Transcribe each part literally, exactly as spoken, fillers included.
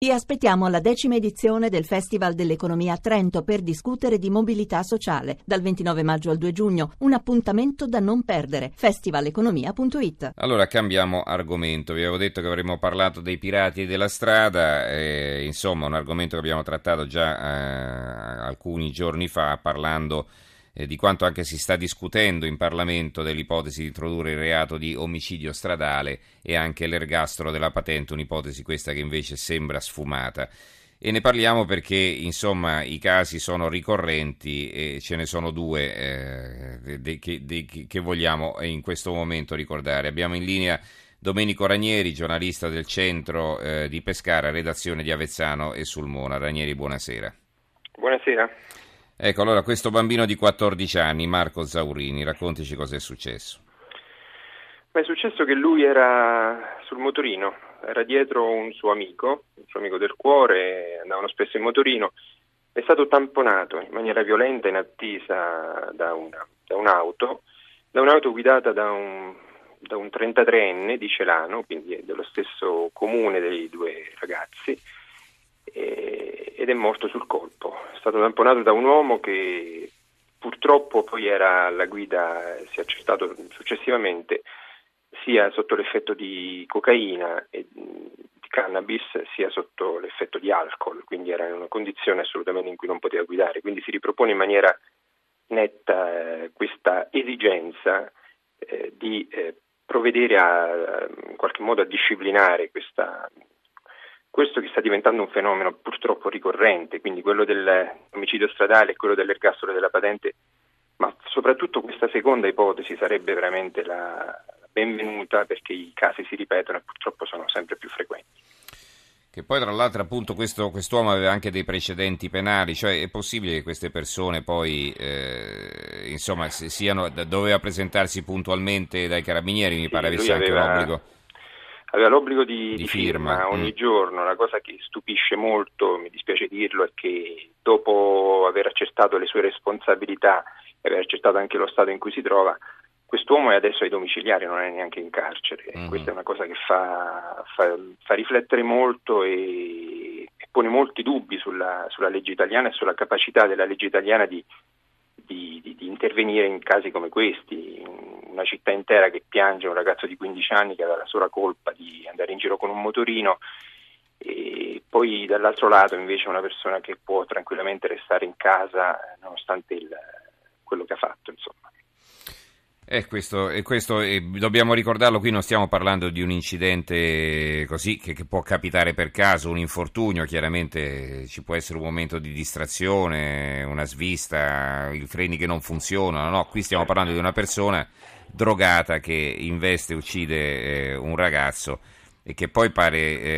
Vi aspettiamo alla decima edizione del Festival dell'Economia a Trento per discutere di mobilità sociale. Dal ventinove maggio al due giugno, un appuntamento da non perdere. festivaleconomia punto it. Allora cambiamo argomento. Vi avevo detto che avremmo parlato dei pirati della strada, eh, insomma un argomento che abbiamo trattato già eh, alcuni giorni fa, parlando eh, di quanto anche si sta discutendo in Parlamento dell'ipotesi di introdurre il reato di omicidio stradale e anche l'ergastolo della patente, un'ipotesi questa che invece sembra sfumata. E ne parliamo perché insomma i casi sono ricorrenti e ce ne sono due eh, de, de, de, de, che vogliamo in questo momento ricordare. Abbiamo in linea Domenico Ranieri, giornalista del centro eh, di Pescara, redazione di Avezzano e Sulmona. Ranieri, buonasera. Buonasera. Ecco, allora questo bambino di quattordici anni, Marco Zaurini, raccontici cosa è successo. Ma è successo che lui era sul motorino, era dietro un suo amico, un suo amico del cuore, andavano spesso in motorino, è stato tamponato in maniera violenta in attesa da, una, da un'auto, da un'auto guidata da un, da un trentatreenne di Celano, quindi dello stesso comune dei due ragazzi, e, ed è morto sul colpo. È stato tamponato da un uomo che purtroppo poi era alla guida, si è accertato successivamente, sia sotto l'effetto di cocaina e di cannabis, sia sotto l'effetto di alcol, quindi era in una condizione assolutamente in cui non poteva guidare. Quindi si ripropone in maniera netta eh, questa esigenza eh, di eh, provvedere a, in qualche modo a disciplinare questa, questo che sta diventando un fenomeno purtroppo ricorrente, quindi quello dell'omicidio stradale e quello dell'ergastolo della patente, ma soprattutto questa seconda ipotesi sarebbe veramente la benvenuta, perché i casi si ripetono e purtroppo sono sempre più frequenti. Che poi tra l'altro appunto questo quest'uomo aveva anche dei precedenti penali, cioè è possibile che queste persone poi eh, insomma siano, doveva presentarsi puntualmente dai carabinieri, mi sì, pare avesse anche aveva, l'obbligo aveva l'obbligo di, di, di firma, firma ogni mm. giorno. La cosa che stupisce molto, mi dispiace dirlo, è che dopo aver accertato le sue responsabilità e aver accertato anche lo stato in cui si trova, quest'uomo è adesso ai domiciliari, non è neanche in carcere. Mm-hmm. Questa è una cosa che fa, fa, fa riflettere molto e, e pone molti dubbi sulla, sulla legge italiana e sulla capacità della legge italiana di, di, di, di intervenire in casi come questi. Una città intera che piange un ragazzo di quindici anni che aveva la sola colpa di andare in giro con un motorino, e poi dall'altro lato invece una persona che può tranquillamente restare in casa nonostante il, quello che ha fatto, insomma. E questo, e questo e dobbiamo ricordarlo, qui non stiamo parlando di un incidente così che, che può capitare per caso, un infortunio, chiaramente ci può essere un momento di distrazione, una svista, i freni che non funzionano, no, qui stiamo parlando di una persona drogata che investe e uccide eh, un ragazzo e che poi pare,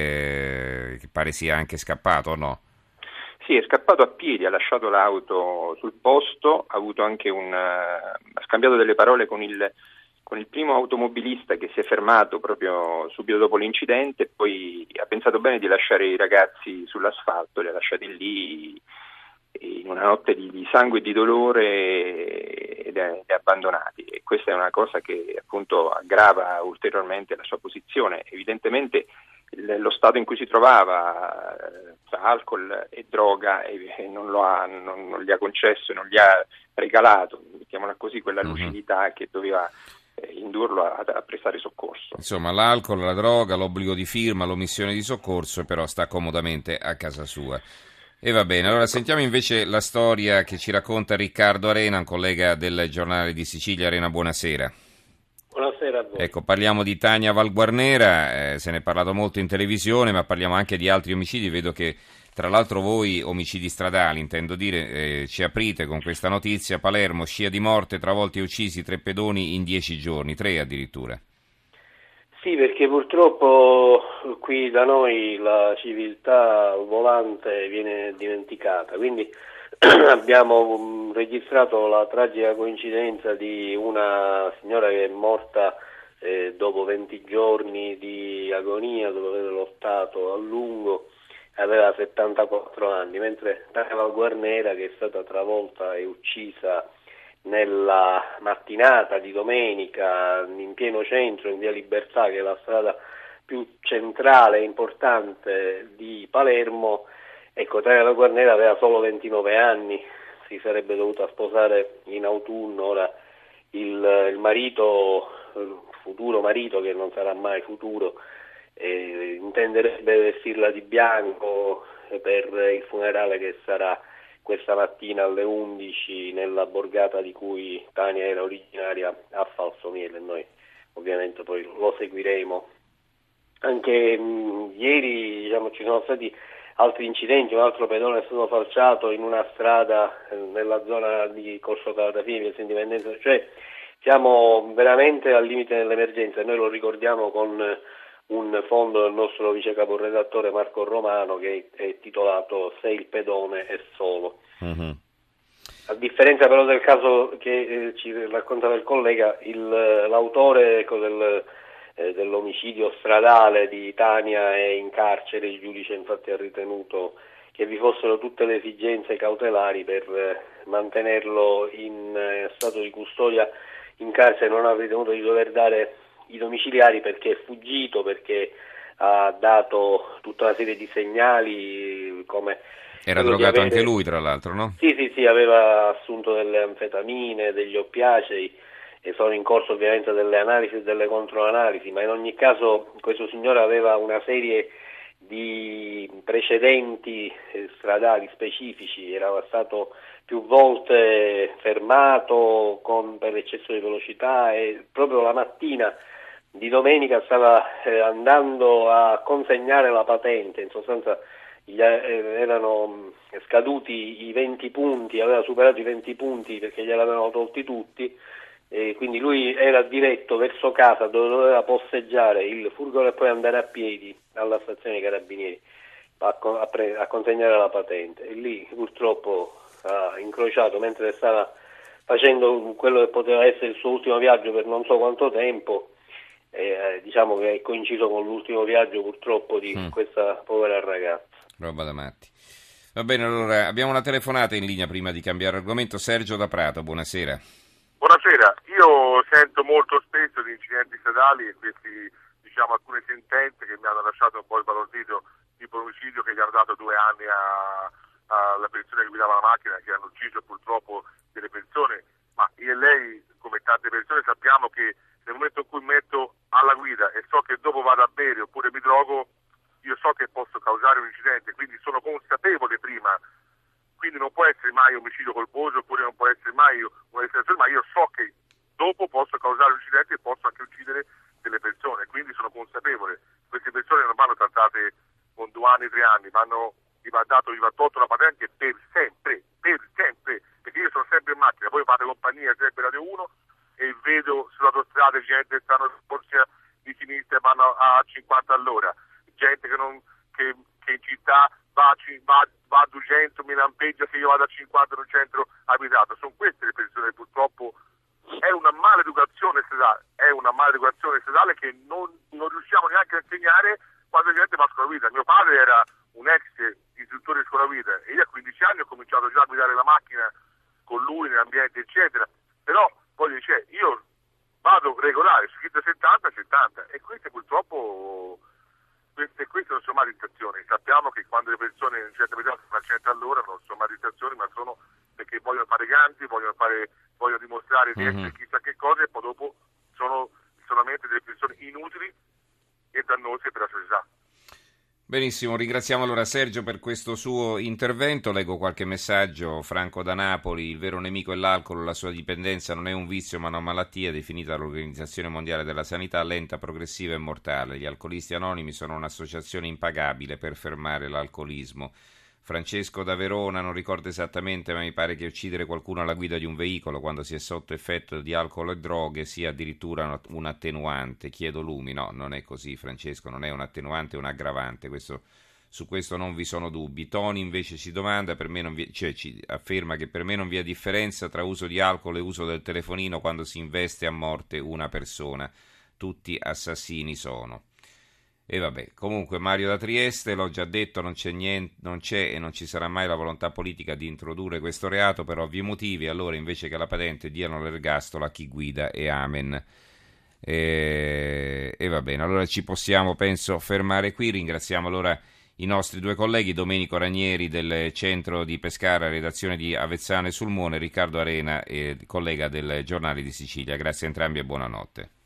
eh, che pare sia anche scappato, o no? Sì, è scappato a piedi, ha lasciato l'auto sul posto, ha avuto anche un ha scambiato delle parole con il, con il primo automobilista che si è fermato proprio subito dopo l'incidente, poi ha pensato bene di lasciare i ragazzi sull'asfalto, li ha lasciati lì in una notte di, di sangue e di dolore ed è, ed è abbandonati, e questa è una cosa che appunto aggrava ulteriormente la sua posizione. Evidentemente lo stato in cui si trovava tra alcol e droga e non, lo ha, non, non gli ha concesso e non gli ha regalato, mettiamola così, quella lucidità che doveva eh, indurlo a, a prestare soccorso. Insomma, l'alcol, la droga, l'obbligo di firma, l'omissione di soccorso, però sta comodamente a casa sua. E va bene, allora sentiamo invece la storia che ci racconta Riccardo Arena, un collega del Giornale di Sicilia. Arena, buonasera. Buonasera a voi. Ecco, parliamo di Tania Valguarnera, eh, se ne è parlato molto in televisione, ma parliamo anche di altri omicidi. Vedo che tra l'altro voi, omicidi stradali intendo dire, eh, ci aprite con questa notizia: Palermo, scia di morte, travolti e uccisi tre pedoni in dieci giorni, tre addirittura. Sì, perché purtroppo qui da noi la civiltà al volante viene dimenticata, quindi abbiamo registrato la tragica coincidenza di una signora che è morta eh, dopo venti giorni di agonia, dopo aver lottato a lungo, aveva settantaquattro anni, mentre Tania Valguarnera, che è stata travolta e uccisa nella mattinata di domenica in pieno centro, in via Libertà, che è la strada più centrale e importante di Palermo, ecco, Tania La Guarnera aveva solo ventinove anni, si sarebbe dovuta sposare in autunno. Ora il, il marito, il futuro marito, che non sarà mai futuro, eh, intenderebbe vestirla di bianco per il funerale che sarà questa mattina alle undici nella borgata di cui Tania era originaria, a Falsomiele. Noi ovviamente poi lo seguiremo. Anche mh, ieri, diciamo, ci sono stati altri incidenti. Un altro pedone è stato falciato in una strada eh, nella zona di Corso Calatafimi, Piazza Indipendenza. Cioè siamo veramente al limite dell'emergenza, e noi lo ricordiamo con eh, un fondo del nostro vice caporedattore Marco Romano, che è titolato "Se il pedone è solo". Mm-hmm. A differenza però del caso che eh, ci raccontava il collega, il, l'autore ecco, del, eh, dell'omicidio stradale di Tania è in carcere. Il giudice infatti ha ritenuto che vi fossero tutte le esigenze cautelari per eh, mantenerlo in eh, stato di custodia in carcere. Non ha ritenuto di dover dare i domiciliari perché è fuggito, perché ha dato tutta una serie di segnali, come era drogato avere... anche lui, tra l'altro, no? Sì, sì, sì, aveva assunto delle anfetamine, degli oppiacei, e sono in corso ovviamente delle analisi e delle controanalisi, ma in ogni caso questo signore aveva una serie di precedenti stradali specifici, era stato più volte fermato con, per eccesso di velocità, e proprio la mattina di domenica stava eh, andando a consegnare la patente. In sostanza gli, eh, erano scaduti i venti punti, aveva superato i venti punti perché gliel'avevano tolti tutti, e quindi lui era diretto verso casa dove doveva posseggiare il furgone e poi andare a piedi alla stazione dei Carabinieri a, a, pre, a consegnare la patente, e lì purtroppo ha incrociato, mentre stava facendo quello che poteva essere il suo ultimo viaggio per non so quanto tempo, eh, diciamo che è coinciso con l'ultimo viaggio purtroppo di mm. questa povera ragazza. Roba da matti. Va bene, allora abbiamo una telefonata in linea prima di cambiare argomento. Sergio da Prato, buonasera. Buonasera, io sento molto spesso di incidenti stradali e questi, diciamo, alcune sentenze che mi hanno lasciato un po' sbalordito, tipo l'omicidio che gli hanno dato due anni a, alla persona che guidava la macchina, che hanno ucciso purtroppo delle persone, ma io e lei, come tante persone, sappiamo che nel momento in cui metto alla guida e so che dopo vado a bere oppure mi drogo, io so che posso causare un incidente, quindi sono consapevole prima. Quindi non può essere mai omicidio colposo, oppure non può essere mai una distrazione, ma io so che dopo posso causare un incidente e posso anche uccidere delle persone, quindi sono consapevole. Queste persone non vanno trattate con due anni, tre anni, vanno, gli va dato, gli va tolto la patente per sempre, per sempre, perché io sono sempre in macchina, poi fate compagnia sempre Radio uno e vedo sull'autostrada gente che stanno in corsia di sinistra e vanno a cinquanta all'ora, gente che, non, che, che in città va a, va, va a duecento, mi lampeggia se io vado a cinquanta in un centro abitato. Sono queste le persone che purtroppo è una maleducazione stradale, è una maleducazione stradale che non, non riusciamo neanche a insegnare quando la gente va a scuola guida. Mio padre era un ex istruttore di scuola guida e io a quindici anni ho cominciato già a guidare la macchina con lui nell'ambiente eccetera, però voglio dire, io vado regolare, scritto settanta settanta, e queste purtroppo queste, queste non sono maledizioni. Sappiamo che quando le persone in certe verità sono a cento all'ora non sono maledizioni, ma sono perché vogliono fare ganti, vogliono fare vogliono dimostrare di essere chissà che cosa, e poi dopo sono solamente delle persone inutili e dannose per la società. Benissimo, ringraziamo allora Sergio per questo suo intervento. Leggo qualche messaggio. Franco da Napoli: il vero nemico è l'alcol, la sua dipendenza non è un vizio ma una malattia definita dall'Organizzazione Mondiale della Sanità, lenta, progressiva e mortale. Gli alcolisti anonimi sono un'associazione impagabile per fermare l'alcolismo. Francesco da Verona: non ricordo esattamente, ma mi pare che uccidere qualcuno alla guida di un veicolo quando si è sotto effetto di alcol e droghe sia addirittura un attenuante. Chiedo lumi. No, non è così, Francesco, non è un attenuante, è un aggravante. Questo, su questo non vi sono dubbi. Tony invece ci domanda, per me non vi, cioè ci afferma che per me non vi è differenza tra uso di alcol e uso del telefonino quando si investe a morte una persona. Tutti assassini sono. E vabbè, comunque Mario da Trieste, l'ho già detto, non c'è niente, non c'è e non ci sarà mai la volontà politica di introdurre questo reato per ovvi motivi. Allora invece che la patente diano l'ergastolo a chi guida, e amen. E, e va bene, allora ci possiamo, penso, fermare qui. Ringraziamo allora i nostri due colleghi, Domenico Ranieri del centro di Pescara, redazione di Avezzano e Sulmone, Riccardo Arena, eh, collega del Giornale di Sicilia. Grazie a entrambi e buonanotte.